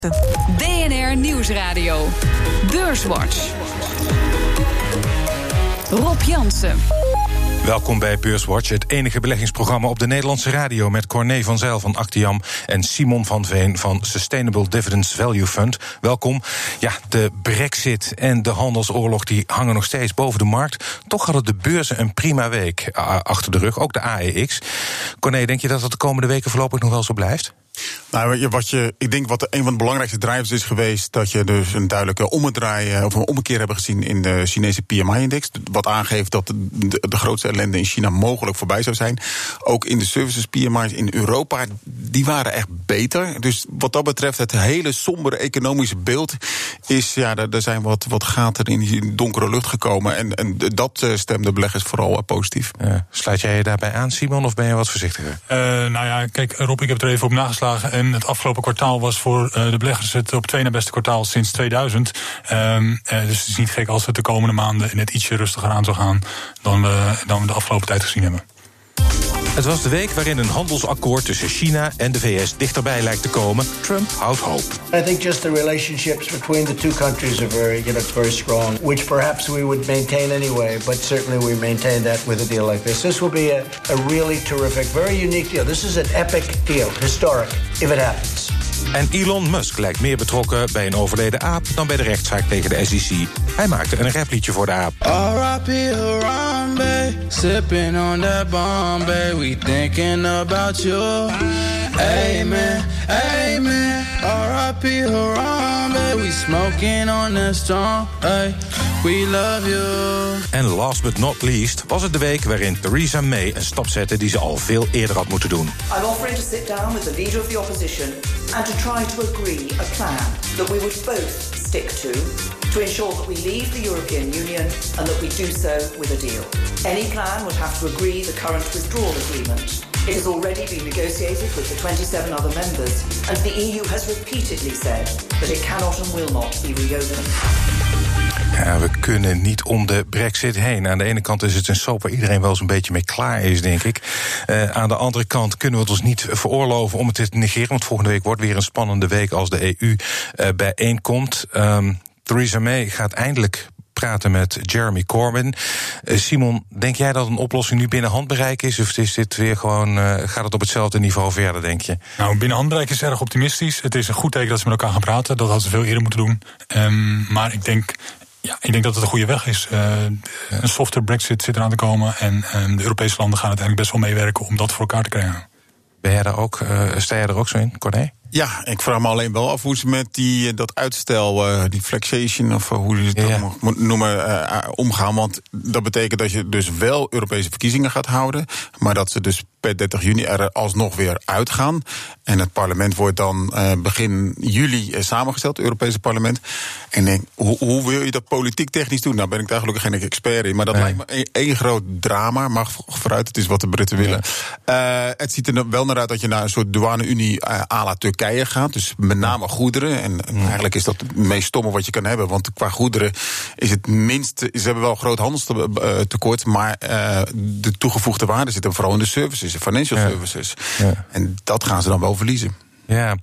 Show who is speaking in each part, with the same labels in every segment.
Speaker 1: BNR Nieuwsradio. Beurswatch. Rob Jansen.
Speaker 2: Welkom bij Beurswatch, het enige beleggingsprogramma op de Nederlandse radio, met Corné van Zijl van Actiam en Simon van Veen van Sustainable Dividends Value Fund. Welkom. Ja, de Brexit en de handelsoorlog die hangen nog steeds boven de markt. Toch hadden de beurzen een prima week achter de rug, ook de AEX. Corné, denk je dat dat de komende weken voorlopig nog wel zo blijft?
Speaker 3: Nou, ik denk wat een van de belangrijkste drivers is geweest, dat je dus een duidelijke ommedraai of een ommekeer hebben gezien in de Chinese PMI-index. Wat aangeeft dat de grootste ellende in China mogelijk voorbij zou zijn. Ook in de services PMI's in Europa, die waren echt beter. Dus wat dat betreft, het hele sombere economische beeld is, ja, er zijn wat gaten in die donkere lucht gekomen. En dat stemde beleggers vooral positief.
Speaker 2: Sluit jij je daarbij aan, Simon, of ben je wat voorzichtiger?
Speaker 4: Nou ja, kijk, Rob, ik heb er even op nageslagen. En het afgelopen kwartaal was voor de beleggers het op 2 na beste kwartaal sinds 2000. Dus het is niet gek als het de komende maanden net ietsje rustiger aan zou gaan dan we de afgelopen tijd gezien hebben.
Speaker 2: Het was de week waarin een handelsakkoord tussen China en de VS dichterbij lijkt te komen. Trump houdt hoop.
Speaker 5: I think just the relationships between the two countries are very strong, which perhaps we would maintain anyway, but certainly we maintain that with a deal like this. This will be a really terrific, very unique deal. This is an epic deal, historic, if it happens.
Speaker 2: En Elon Musk lijkt meer betrokken bij een overleden aap dan bij de rechtszaak tegen de SEC. Hij maakte een rapliedje voor de aap.
Speaker 6: R.I.P. Harambe, sipping on that Bombay, we thinking about you. Amen, amen. R.I.P. Harambe, we smoking on that strong, hey, we love you.
Speaker 2: En last but not least was het de week waarin Theresa May een stap zette die ze al veel eerder had moeten doen.
Speaker 7: I'm offering to sit down with the leader of the opposition and to try to agree a plan that we would both stick to ensure that we leave the European Union and that we do so with a deal. Any plan would have to agree the current withdrawal agreement. It has already been negotiated with the 27 other members, and the EU has repeatedly said that it cannot and will not be reopened.
Speaker 2: Ja, we kunnen niet om de Brexit heen. Aan de ene kant is het een soap waar iedereen wel zo'n beetje mee klaar is, denk ik. Aan de andere kant kunnen we het ons niet veroorloven om het te negeren, want volgende week wordt weer een spannende week als de EU bijeenkomt. Theresa May gaat eindelijk praten met Jeremy Corbyn. Simon, denk jij dat een oplossing nu binnen handbereik is? Of is dit weer gewoon, gaat het op hetzelfde niveau verder, denk je?
Speaker 4: Nou, binnen handbereik is erg optimistisch. Het is een goed teken dat ze met elkaar gaan praten. Dat hadden ze veel eerder moeten doen. Maar ik denk dat het een goede weg is. Een softer Brexit zit eraan te komen. En de Europese landen gaan uiteindelijk best wel meewerken om dat voor elkaar te krijgen.
Speaker 2: Ben jij daar ook, sta jij er ook zo in, Corné?
Speaker 3: Ja, ik vraag me alleen wel af hoe ze met dat uitstel, die flexation, of hoe je het moet noemen, omgaan. Want dat betekent dat je dus wel Europese verkiezingen gaat houden, maar dat ze dus per 30 juni er alsnog weer uitgaan. En het parlement wordt dan begin juli samengesteld, het Europese parlement. En denk, hoe wil je dat politiek technisch doen? Nou ben ik daar gelukkig geen expert in, maar dat lijkt me één groot drama. Maar vooruit, het is wat de Britten willen. Het ziet er wel naar uit dat je naar een soort douane-unie à la Turkije gaat. Dus met name goederen. En eigenlijk is dat het meest stomme wat je kan hebben. Want qua goederen is het minst. Ze hebben wel een groot handelstekort, maar de toegevoegde waarde zit hem vooral in de services, de financial services. Ja. En dat gaan ze dan wel verliezen.
Speaker 2: Ja.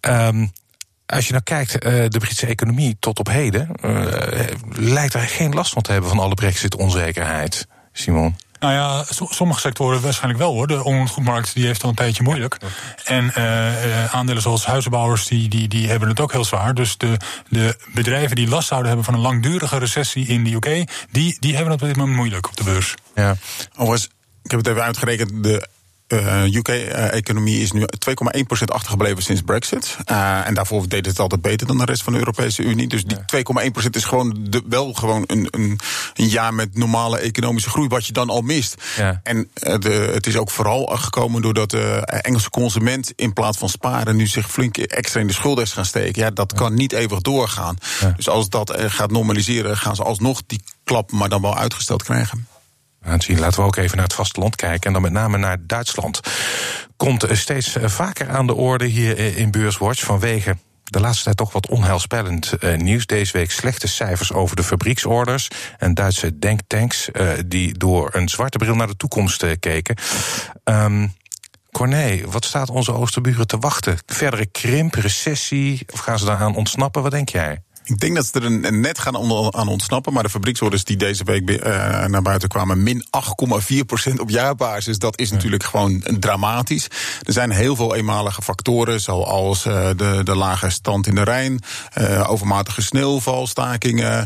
Speaker 2: Als je nou kijkt, de Britse economie tot op heden lijkt er geen last van te hebben van alle Brexit-onzekerheid, Simon.
Speaker 4: Nou ja, sommige sectoren waarschijnlijk wel, hoor. De onroerendgoedmarkt die heeft al een tijdje moeilijk. En aandelen zoals huizenbouwers die hebben het ook heel zwaar. Dus de bedrijven die last zouden hebben van een langdurige recessie in de UK, die hebben het op dit moment moeilijk op de beurs.
Speaker 3: Ja. Ik heb het even uitgerekend. De UK-economie is nu 2,1% achtergebleven sinds Brexit. En daarvoor deed het altijd beter dan de rest van de Europese Unie. Dus die 2,1% is wel gewoon een jaar met normale economische groei, wat je dan al mist. Ja. En het is ook vooral gekomen doordat de Engelse consument in plaats van sparen nu zich flink extra in de schulden is gaan steken. Ja, dat kan niet eeuwig doorgaan. Ja. Dus als dat gaat normaliseren, gaan ze alsnog die klap maar dan wel uitgesteld krijgen.
Speaker 2: Laten we ook even naar het vasteland kijken en dan met name naar Duitsland. Komt steeds vaker aan de orde hier in Beurswatch vanwege de laatste tijd toch wat onheilspellend nieuws. Deze week slechte cijfers over de fabrieksorders en Duitse denktanks die door een zwarte bril naar de toekomst keken. Corné, wat staat onze oosterburen te wachten? Verdere krimp, recessie, of gaan ze daaraan ontsnappen? Wat denk jij?
Speaker 3: Ik denk dat ze er net gaan aan ontsnappen. Maar de fabrieksorders die deze week naar buiten kwamen, min 8,4% op jaarbasis, dat is natuurlijk gewoon dramatisch. Er zijn heel veel eenmalige factoren, zoals de lage stand in de Rijn, overmatige sneeuwval, stakingen,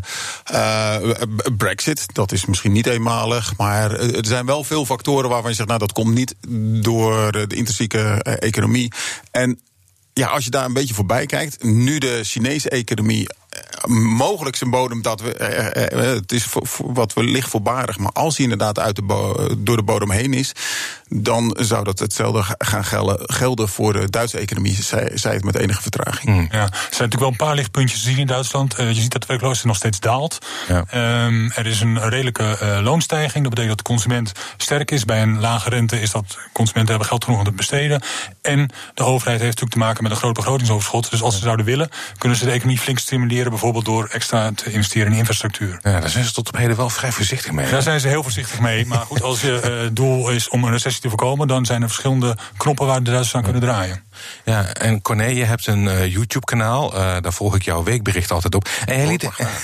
Speaker 3: Brexit. Dat is misschien niet eenmalig, maar er zijn wel veel factoren waarvan je zegt, nou, dat komt niet door de intrinsieke economie. En ja, als je daar een beetje voorbij kijkt, nu de Chinese economie mogelijk zijn bodem, het is wat wellicht voorbarig, maar als hij inderdaad door de bodem heen is, dan zou dat hetzelfde gaan gelden voor de Duitse economie, zei het met enige vertraging.
Speaker 4: Ja, er zijn natuurlijk wel een paar lichtpuntjes te zien in Duitsland. Je ziet dat de werkloosheid nog steeds daalt. Ja. Er is een redelijke loonstijging. Dat betekent dat de consument sterk is. Bij een lage rente is dat consumenten hebben geld genoeg om te besteden. En de overheid heeft natuurlijk te maken met een groot begrotingsoverschot. Dus als ze zouden willen, kunnen ze de economie flink stimuleren, bijvoorbeeld door extra te investeren in infrastructuur.
Speaker 2: Ja, daar zijn ze tot op heden wel vrij voorzichtig mee.
Speaker 4: Daar zijn ze heel voorzichtig mee. Maar goed, als je doel is om een recessie te voorkomen, dan zijn er verschillende knoppen waar de Duitsers aan kunnen draaien.
Speaker 2: Ja, en Corné, je hebt een YouTube-kanaal. Daar volg ik jouw weekbericht altijd op. En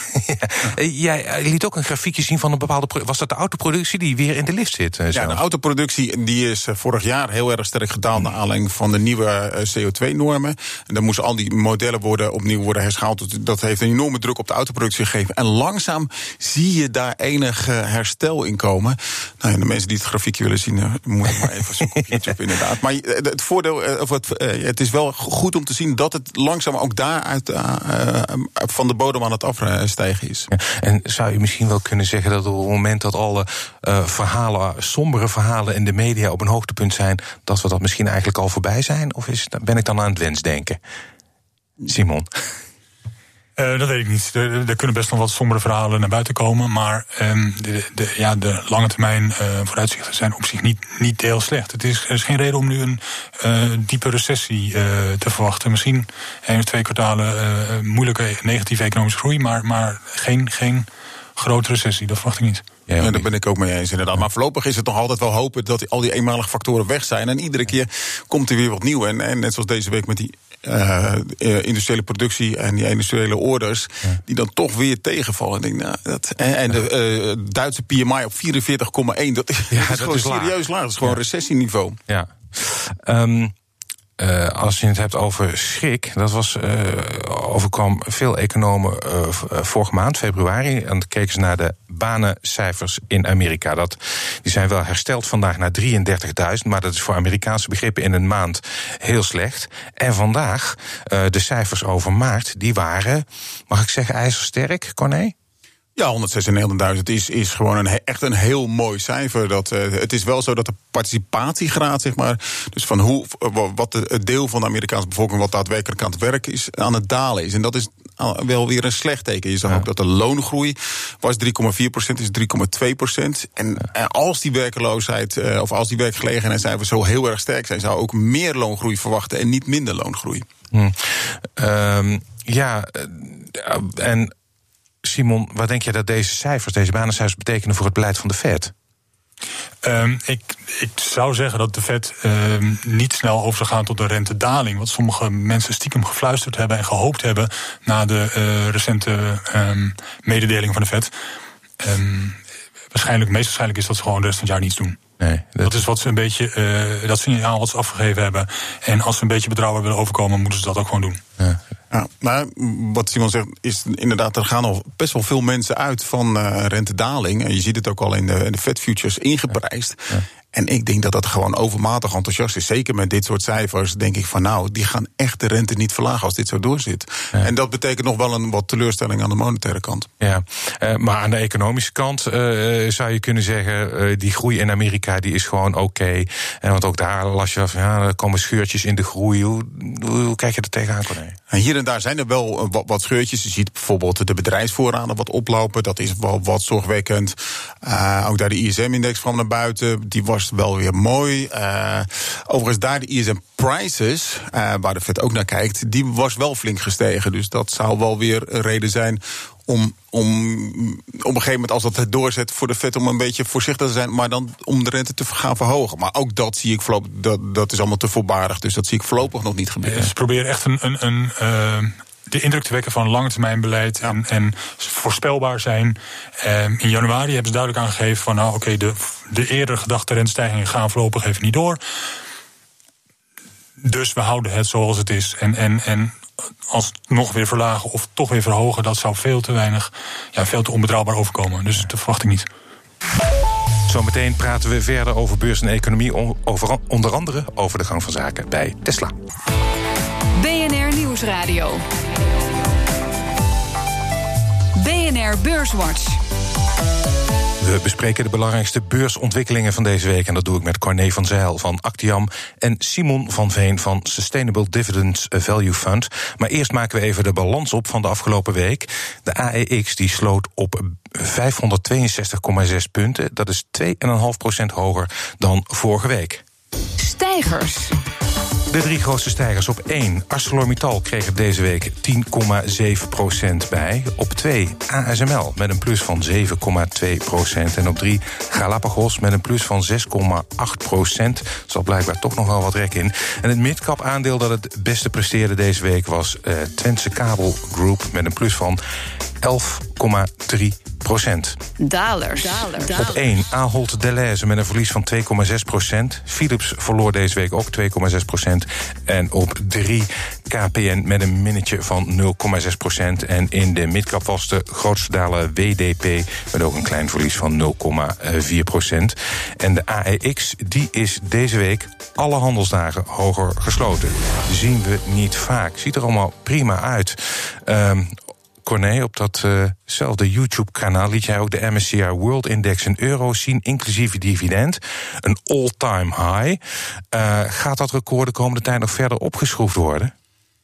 Speaker 2: jij liet ook een grafiekje zien van een bepaalde... Was dat de autoproductie die weer in de lift zit?
Speaker 3: Ja, de autoproductie die is vorig jaar heel erg sterk gedaald naar aanleiding van de nieuwe CO2-normen. En dan moesten al die modellen opnieuw worden herschaald. Dat heeft een enorme druk op de autoproductie gegeven. En langzaam zie je daar enig herstel in komen. Nou ja, de mensen die het grafiekje willen zien, moeten maar even zoeken op YouTube inderdaad. Maar het voordeel, het is wel goed om te zien dat het langzaam ook daaruit van de bodem aan het afstijgen is.
Speaker 2: Ja, en zou je misschien wel kunnen zeggen dat op het moment dat alle sombere verhalen in de media op een hoogtepunt zijn, dat we dat misschien eigenlijk al voorbij zijn? Of ben ik dan aan het wensdenken? Simon?
Speaker 4: Dat weet ik niet. Er kunnen best nog wat sombere verhalen naar buiten komen. Maar de lange termijn vooruitzichten zijn op zich niet heel slecht. Er is geen reden om nu een diepe recessie te verwachten. Misschien 1 of 2 kwartalen moeilijke negatieve economische groei. Maar geen grote recessie, dat verwacht ik niet.
Speaker 3: Ja, daar ben ik ook mee eens inderdaad. Maar voorlopig is het nog altijd wel hopen dat al die eenmalige factoren weg zijn. En iedere keer komt er weer wat nieuw. En net zoals deze week met die industriële productie en die industriële orders, die dan toch weer tegenvallen. Ik denk, en de Duitse PMI op 44,1, dat is gewoon serieus laag. Dat is gewoon recessieniveau.
Speaker 2: Ja. Als je het hebt over schrik, dat overkwam veel economen vorige maand, februari. En dan keken ze naar de banencijfers in Amerika. Die zijn wel hersteld vandaag naar 33.000, maar dat is voor Amerikaanse begrippen in een maand heel slecht. En vandaag, de cijfers over maart, die waren, mag ik zeggen, ijzersterk, Corné?
Speaker 3: Ja, 196.000 is gewoon echt een heel mooi cijfer. Het is wel zo dat de participatiegraad, zeg maar, dus van wat het deel van de Amerikaanse bevolking wat daadwerkelijk aan het werk is, aan het dalen is. En dat is wel weer een slecht teken. Je zag ook dat de loongroei was 3,4%, is 3,2%. En als die werkeloosheid of als die werkgelegenheidscijfers zo heel erg sterk zijn, zou ook meer loongroei verwachten en niet minder loongroei. En Simon, wat denk je dat deze banencijfers betekenen voor het beleid van de Fed?
Speaker 4: Ik zou zeggen dat de Fed niet snel over zou gaan tot een rentedaling. Wat sommige mensen stiekem gefluisterd hebben en gehoopt hebben na de recente mededeling van de Fed. Meest waarschijnlijk is dat ze gewoon de rest van het jaar niets doen. Nee, dat is wat ze een beetje, dat signaal wat ze afgegeven hebben. En als ze een beetje betrouwbaar willen overkomen, moeten ze dat ook gewoon doen.
Speaker 3: Ja, nou, wat Simon zegt is inderdaad, er gaan al best wel veel mensen uit van rentedaling. En je ziet het ook al in de Fed futures ingeprijsd. Ja. En ik denk dat dat gewoon overmatig enthousiast is. Zeker met dit soort cijfers denk ik van nou, die gaan echt de rente niet verlagen als dit zo doorzit. Ja. En dat betekent nog wel een wat teleurstelling aan de monetaire kant.
Speaker 2: Ja, maar aan de economische kant zou je kunnen zeggen, die groei in Amerika die is gewoon oké. En want ook daar las je van, er komen scheurtjes in de groei. Hoe kijk je er tegenaan, Corné?
Speaker 3: Hier en daar zijn er wel wat scheurtjes. Je ziet bijvoorbeeld de bedrijfsvoorraden wat oplopen. Dat is wel wat zorgwekkend. Ook daar de ISM-index kwam naar buiten. Die was was wel weer mooi. Overigens daar de ISM Prices, waar de Fed ook naar kijkt, die was wel flink gestegen. Dus dat zou wel weer een reden zijn om op een gegeven moment, als dat het doorzet voor de Fed, om een beetje voorzichtig te zijn, maar dan om de rente te gaan verhogen. Maar ook dat zie ik voorlopig, dat is allemaal te voorbarig. Dus dat zie ik voorlopig nog niet gebeuren.
Speaker 4: Ze proberen echt de indruk te wekken van langetermijnbeleid en voorspelbaar zijn. In januari hebben ze duidelijk aangegeven van de eerder gedachte rentestijgingen gaan voorlopig even niet door. Dus we houden het zoals het is. En als het nog weer verlagen of toch weer verhogen, dat zou veel te onbetrouwbaar overkomen. Dus dat verwacht ik niet.
Speaker 2: Zometeen praten we verder over beurs en economie, onder andere over de gang van zaken bij Tesla.
Speaker 1: BNR Nieuwsradio. BNR Beurswatch.
Speaker 2: We bespreken de belangrijkste beursontwikkelingen van deze week. En dat doe ik met Corné van Zijl van Actiam en Simon van Veen van Sustainable Dividends Value Fund. Maar eerst maken we even de balans op van de afgelopen week. De AEX die sloot op 562,6 punten. Dat is 2,5% hoger dan vorige week.
Speaker 1: Stijgers.
Speaker 2: De 3 grootste stijgers. Op 1, ArcelorMittal kreeg er deze week 10,7% bij. Op 2, ASML met een plus van 7,2%. En op 3, Galapagos met een plus van 6,8%. Er zat blijkbaar toch nog wel wat rek in. En het midcap aandeel dat het beste presteerde deze week was Twentse Kabel Group met een plus van 11,3%.
Speaker 1: Dalers.
Speaker 2: Op 1, Ahold Delhaize met een verlies van 2,6%. Philips verloor deze week ook 2,6%. En op 3, KPN met een minnetje van 0,6%. En in de midcap was de grootste daler WDP met ook een klein verlies van 0,4%. En de AEX die is deze week alle handelsdagen hoger gesloten. Zien we niet vaak. Ziet er allemaal prima uit. Corné, op datzelfde YouTube-kanaal liet jij ook de MSCI World Index in euro's zien, inclusief dividend. Een all-time high. Gaat dat record de komende tijd nog verder opgeschroefd worden?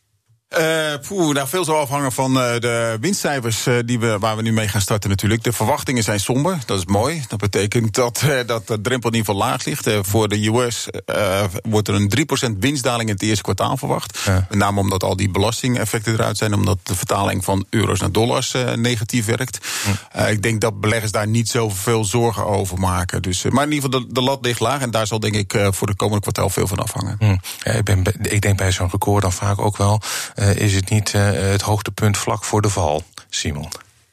Speaker 3: Veel zal afhangen van de winstcijfers waar we nu mee gaan starten natuurlijk. De verwachtingen zijn somber, dat is mooi. Dat betekent dat de drempel in ieder geval laag ligt. Voor de US wordt er een 3% winstdaling in het eerste kwartaal verwacht. Ja. Met name omdat al die belastingeffecten eruit zijn, omdat de vertaling van euro's naar dollars negatief werkt. Ik denk dat beleggers daar niet zoveel zorgen over maken. Dus, maar in ieder geval, de lat ligt laag en daar zal denk ik voor de komende kwartaal veel van afhangen.
Speaker 2: Ik denk bij zo'n record dan vaak ook wel, is het niet het hoogtepunt vlak voor de val, Simon?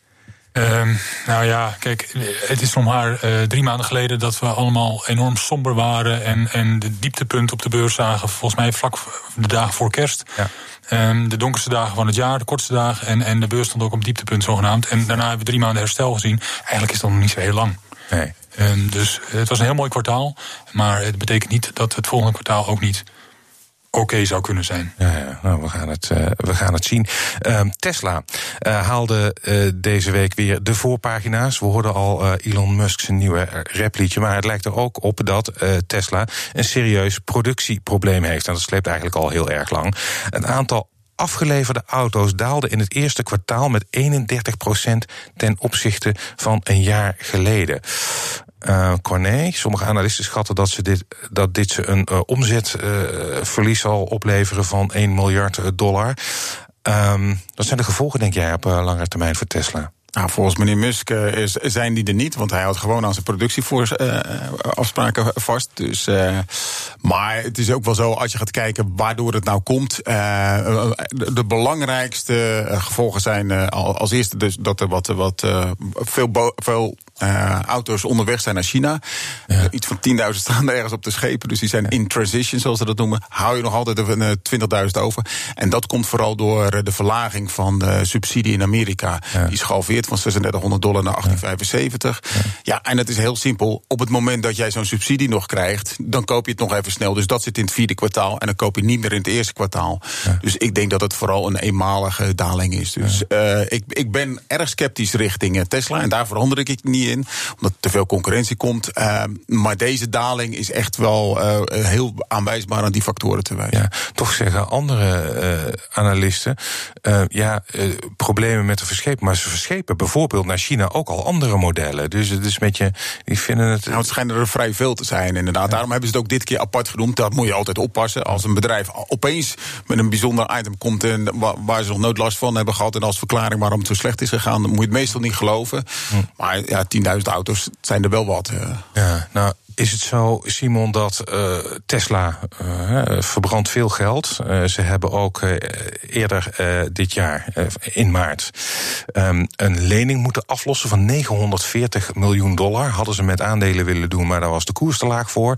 Speaker 4: Nou ja, kijk, het is nog maar 3 maanden geleden dat we allemaal enorm somber waren en de dieptepunt op de beurs zagen, volgens mij vlak de dagen voor kerst. Ja. De donkerste dagen van het jaar, de kortste dagen, en de beurs stond ook op dieptepunt zogenaamd. En daarna hebben we 3 maanden herstel gezien. Eigenlijk is dat nog niet zo heel lang.
Speaker 2: Nee.
Speaker 4: Dus het was een heel mooi kwartaal, maar het betekent niet dat het volgende kwartaal ook niet oké zou kunnen zijn.
Speaker 2: Ja, nou, we gaan het zien. Tesla haalde deze week weer de voorpagina's. We hoorden al Elon Musk zijn nieuwe rapliedje, maar het lijkt er ook op dat Tesla een serieus productieprobleem heeft. En dat sleept eigenlijk al heel erg lang. Het aantal afgeleverde auto's daalde in het eerste kwartaal met 31% ten opzichte van een jaar geleden. Corné, sommige analisten schatten dat dit ze een omzetverlies zal opleveren van $1 miljard. Wat zijn de gevolgen, denk jij, op langere termijn voor Tesla?
Speaker 3: Nou, volgens meneer Musk zijn die er niet, want hij houdt gewoon aan zijn productieafspraken vast. Dus, maar het is ook wel zo, als je gaat kijken waardoor het nou komt. De belangrijkste gevolgen zijn als eerste dus dat er veel auto's onderweg zijn naar China. Ja. Iets van 10.000 staan er ergens op de schepen, dus die zijn in transition, zoals ze dat noemen. Hou je nog altijd 20.000 over. En dat komt vooral door de verlaging van de subsidie in Amerika. Ja. Die is gehalveerd van $3600 naar $1875. Ja, en het is heel simpel. Op het moment dat jij zo'n subsidie nog krijgt, dan koop je het nog even snel. Dus dat zit in het vierde kwartaal en dan koop je niet meer in het eerste kwartaal. Ja. Dus ik denk dat het vooral een eenmalige daling is. Dus ik ben erg sceptisch richting Tesla en daar verander ik niet niet in, omdat er te veel concurrentie komt. Maar deze daling is echt wel heel aanwijsbaar aan die factoren te wijzen.
Speaker 2: Ja, toch zeggen andere analisten, problemen met de verschepen. Maar ze verschepen bijvoorbeeld naar China ook al andere modellen. Dus het is met je, die vinden het...
Speaker 3: Nou, het schijnen er vrij veel te zijn, inderdaad. Ja. Daarom hebben ze het ook dit keer apart genoemd. Dat moet je altijd oppassen. Als een bedrijf opeens met een bijzonder item komt en waar ze nog nooit last van hebben gehad en als verklaring waarom het zo slecht is gegaan, dan moet je het meestal niet geloven. Maar ja, 10.000 auto's zijn er wel wat.
Speaker 2: Ja, nou, is het zo, Simon, dat Tesla verbrandt veel geld. Ze hebben ook eerder dit jaar, in maart, een lening moeten aflossen van $940 miljoen. Hadden ze met aandelen willen doen, maar daar was de koers te laag voor.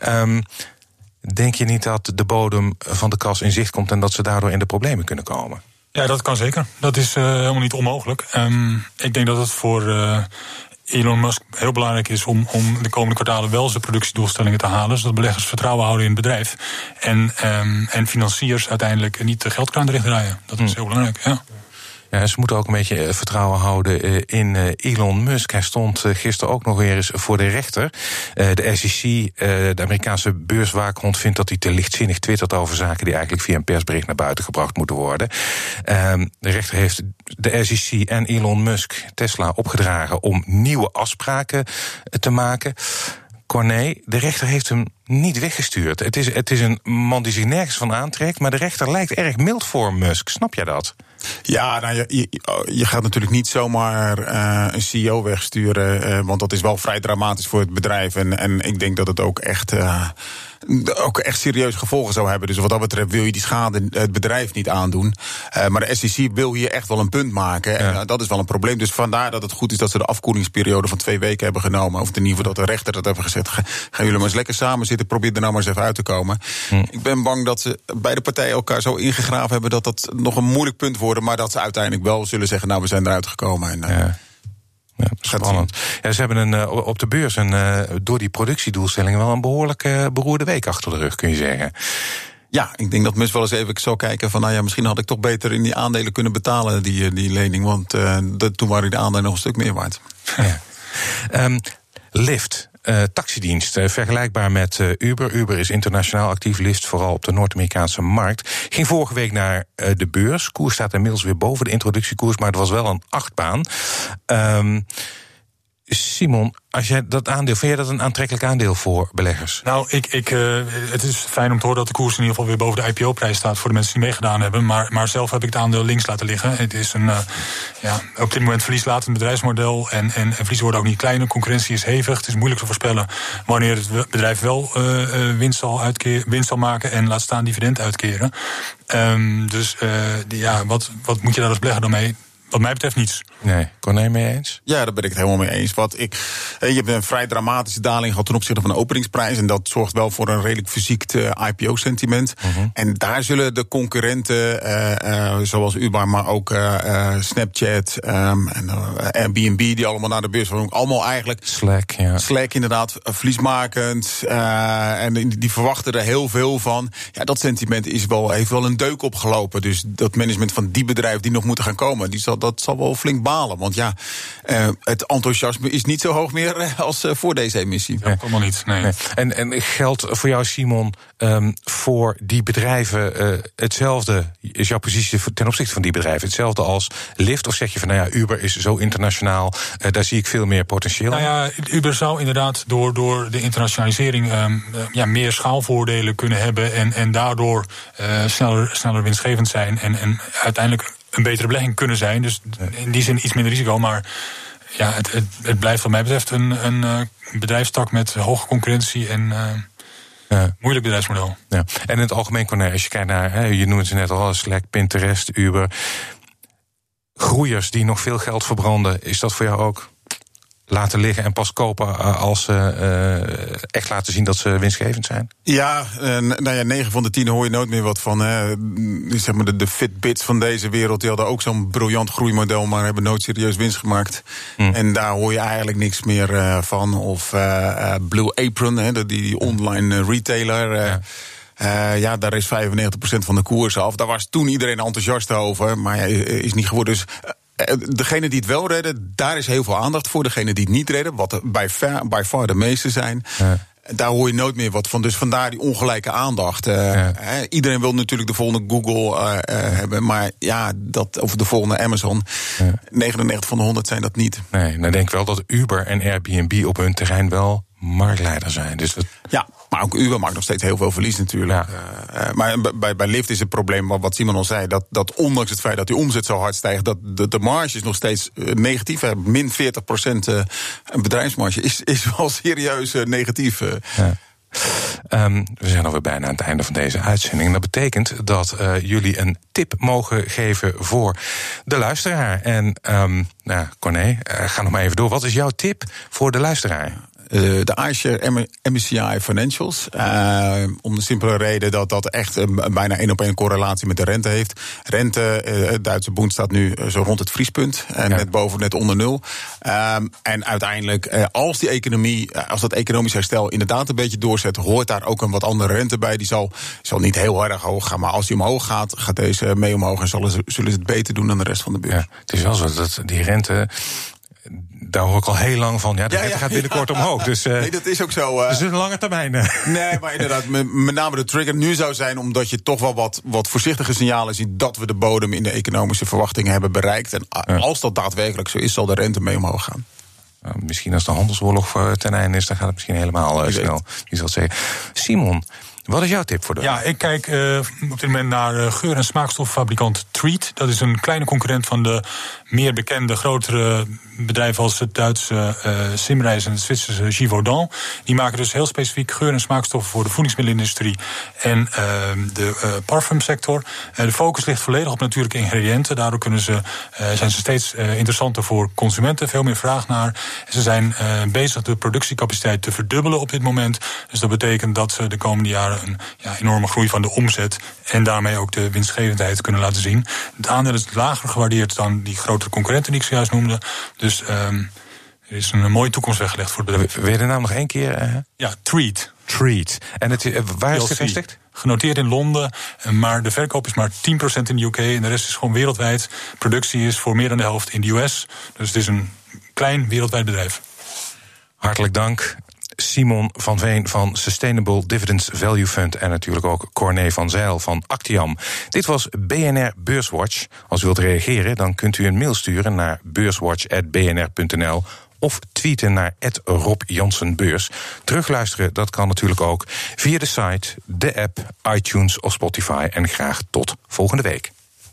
Speaker 2: Denk je niet dat de bodem van de kas in zicht komt en dat ze daardoor in de problemen kunnen komen?
Speaker 4: Ja, dat kan zeker. Dat is helemaal niet onmogelijk. Ik denk dat het voor Elon Musk heel belangrijk is om de komende kwartalen wel zijn productiedoelstellingen te halen, zodat beleggers vertrouwen houden in het bedrijf. En financiers uiteindelijk niet de geldkraan erin draaien. Dat is heel belangrijk, ja.
Speaker 2: Ja, ze moeten ook een beetje vertrouwen houden in Elon Musk. Hij stond gisteren ook nog weer eens voor de rechter. De SEC, de Amerikaanse beurswaakhond, vindt dat hij te lichtzinnig twittert over zaken die eigenlijk via een persbericht naar buiten gebracht moeten worden. De rechter heeft de SEC en Elon Musk Tesla opgedragen om nieuwe afspraken te maken. Corné, de rechter heeft hem niet weggestuurd. Het is een man die zich nergens van aantrekt, maar de rechter lijkt erg mild voor Musk. Snap jij dat?
Speaker 3: Ja, nou, je gaat natuurlijk niet zomaar een CEO wegsturen, want dat is wel vrij dramatisch voor het bedrijf. En ik denk dat het ook echt serieuze gevolgen zou hebben. Dus wat dat betreft wil je die schade het bedrijf niet aandoen. Maar de SEC wil hier echt wel een punt maken. En dat is wel een probleem. Dus vandaar dat het goed is dat ze de afkoelingsperiode van 2 weken hebben genomen. Of in ieder geval dat de rechter dat hebben gezegd. Gaan jullie maar eens lekker samen zitten, probeer er nou maar eens even uit te komen. Ik ben bang dat ze beide partijen elkaar zo ingegraven hebben dat dat nog een moeilijk punt wordt. Maar dat ze uiteindelijk wel zullen zeggen, nou, we zijn eruit gekomen. En,
Speaker 2: ja, spannend. Ja, ze hebben op de beurs door die productiedoelstellingen wel een behoorlijk beroerde week achter de rug, kun je zeggen.
Speaker 3: Ja, ik denk dat Musk wel eens even zou kijken van, nou ja, misschien had ik toch beter in die aandelen kunnen betalen, die lening. Want toen waren die aandelen nog een stuk meer waard.
Speaker 2: Ja. Lyft. Taxidienst, vergelijkbaar met Uber. Uber is internationaal actief, Lyft vooral op de Noord-Amerikaanse markt. Ging vorige week naar de beurs. Koers staat inmiddels weer boven de introductiekoers, maar het was wel een achtbaan. Simon, als jij dat aandeel, vind jij dat een aantrekkelijk aandeel voor beleggers?
Speaker 4: Nou, het is fijn om te horen dat de koers in ieder geval weer boven de IPO-prijs staat voor de mensen die meegedaan hebben. Maar zelf heb ik het aandeel links laten liggen. Het is op dit moment verlieslatend bedrijfsmodel. En verliezen worden ook niet kleiner. Concurrentie is hevig. Het is moeilijk te voorspellen wanneer het bedrijf wel winst zal maken en laat staan dividend uitkeren. Wat moet je daar als belegger dan mee? Wat mij betreft niets.
Speaker 2: Nee, Corné mee eens?
Speaker 3: Ja, daar ben ik het helemaal mee eens. Je hebt een vrij dramatische daling gehad ten opzichte van de openingsprijs. En dat zorgt wel voor een redelijk fysiekt IPO-sentiment. En daar zullen de concurrenten, zoals Uber, maar ook Snapchat en Airbnb, die allemaal naar de beurs gaan, allemaal eigenlijk Slack inderdaad, verliesmakend. En die verwachten er heel veel van. Ja, dat sentiment heeft wel een deuk opgelopen. Dus dat management van die bedrijven die nog moeten gaan komen, dat zal wel flink balen. Want het enthousiasme is niet zo hoog meer als voor deze emissie.
Speaker 4: Ja, allemaal niet, nee.
Speaker 2: En geldt voor jou, Simon, voor die bedrijven hetzelfde? Is jouw positie ten opzichte van die bedrijven hetzelfde als Lyft? Of zeg je van, nou ja, Uber is zo internationaal, daar zie ik veel meer potentieel?
Speaker 4: Nou ja, Uber zou inderdaad door de internationalisering meer schaalvoordelen kunnen hebben en daardoor sneller winstgevend zijn en uiteindelijk een betere belegging kunnen zijn. Dus in die zin iets minder risico. Maar ja, het blijft wat mij betreft een bedrijfstak met hoge concurrentie en moeilijk bedrijfsmodel. Ja.
Speaker 2: En in het algemeen, Corné, als je kijkt naar, je noemde het net al, Slack, Pinterest, Uber, groeiers die nog veel geld verbranden, is dat voor jou ook laten liggen en pas kopen als ze echt laten zien dat ze winstgevend zijn? Ja,
Speaker 3: 9 van de 10 hoor je nooit meer wat van. Zeg maar de Fitbits van deze wereld, die hadden ook zo'n briljant groeimodel, maar hebben nooit serieus winst gemaakt. En daar hoor je eigenlijk niks meer van. Of Blue Apron, die online retailer. Daar is 95% van de koers af. Daar was toen iedereen enthousiast over, maar is niet geworden. Dus degene die het wel redden, daar is heel veel aandacht voor. Degene die het niet redden, wat er by far de meeste zijn... Ja. Daar hoor je nooit meer wat van. Dus vandaar die ongelijke aandacht. Iedereen wil natuurlijk de volgende Google hebben. Maar of de volgende Amazon. 99 van de 100 zijn dat niet.
Speaker 2: Nee, dan denk ik wel dat Uber en Airbnb op hun terrein wel marktleider zijn. Dus dat...
Speaker 3: Ja, maar ook Uber maakt nog steeds heel veel verlies natuurlijk. Ja. Maar bij Lyft is het probleem, wat Simon al zei... dat ondanks het feit dat die omzet zo hard stijgt... dat de marges nog steeds negatief hebben. Min 40% bedrijfsmarge is wel serieus negatief.
Speaker 2: Ja. We zijn alweer bijna aan het einde van deze uitzending. Dat betekent dat jullie een tip mogen geven voor de luisteraar. En Corné, ga nog maar even door. Wat is jouw tip voor de luisteraar?
Speaker 3: De iShares MSCI Financials. Om de simpele reden dat echt bijna 1-op-1 correlatie met de rente heeft. Rente, het Duitse Bund staat nu zo rond het vriespunt. En net boven, net onder nul. En uiteindelijk, als dat economisch herstel inderdaad een beetje doorzet... hoort daar ook een wat andere rente bij. Die zal niet heel erg hoog gaan. Maar als die omhoog gaat deze mee omhoog... en zullen ze het beter doen dan de rest van de beurs. Ja,
Speaker 2: het is wel zo dat die rente... Daar hoor ik al heel lang van. De rente gaat binnenkort omhoog. Dus,
Speaker 3: nee, dat is ook zo.
Speaker 2: Dus een lange termijn.
Speaker 3: Nee, maar inderdaad, met name de trigger nu zou zijn... omdat je toch wel wat voorzichtige signalen ziet... dat we de bodem in de economische verwachtingen hebben bereikt. En als dat daadwerkelijk zo is, zal de rente mee omhoog gaan.
Speaker 2: Misschien als de handelsoorlog ten einde is... dan gaat het misschien helemaal snel. Wie zal het zeggen? Simon... Wat is jouw tip voor de...
Speaker 4: Ja, ik kijk op dit moment naar geur- en smaakstoffabrikant Treat. Dat is een kleine concurrent van de meer bekende, grotere bedrijven... als het Duitse Symrise en het Zwitserse Givaudan. Die maken dus heel specifiek geur- en smaakstoffen... voor de voedingsmiddelenindustrie en de parfumsector. De focus ligt volledig op natuurlijke ingrediënten. Daardoor zijn ze steeds interessanter voor consumenten. Veel meer vraag naar. Ze zijn bezig de productiecapaciteit te verdubbelen op dit moment. Dus dat betekent dat ze de komende jaren... een enorme groei van de omzet en daarmee ook de winstgevendheid kunnen laten zien. Het aandeel is lager gewaardeerd dan die grotere concurrenten die ik zojuist noemde. Dus er is een mooie toekomst weggelegd voor het bedrijf.
Speaker 2: Wil je de naam nog één keer?
Speaker 4: Ja, Treat.
Speaker 2: Treat. En waar is het gevestigd?
Speaker 4: Genoteerd in Londen, maar de verkoop is maar 10% in de UK... en de rest is gewoon wereldwijd. Productie is voor meer dan de helft in de US. Dus het is een klein wereldwijd bedrijf.
Speaker 2: Hartelijk dank. Simon van Veen van Sustainable Dividends Value Fund... en natuurlijk ook Corné van Zijl van Actiam. Dit was BNR Beurswatch. Als u wilt reageren, dan kunt u een mail sturen naar beurswatch@bnr.nl... of tweeten naar @RobJansenBeurs. Terugluisteren, dat kan natuurlijk ook via de site, de app, iTunes of Spotify. En graag tot volgende week.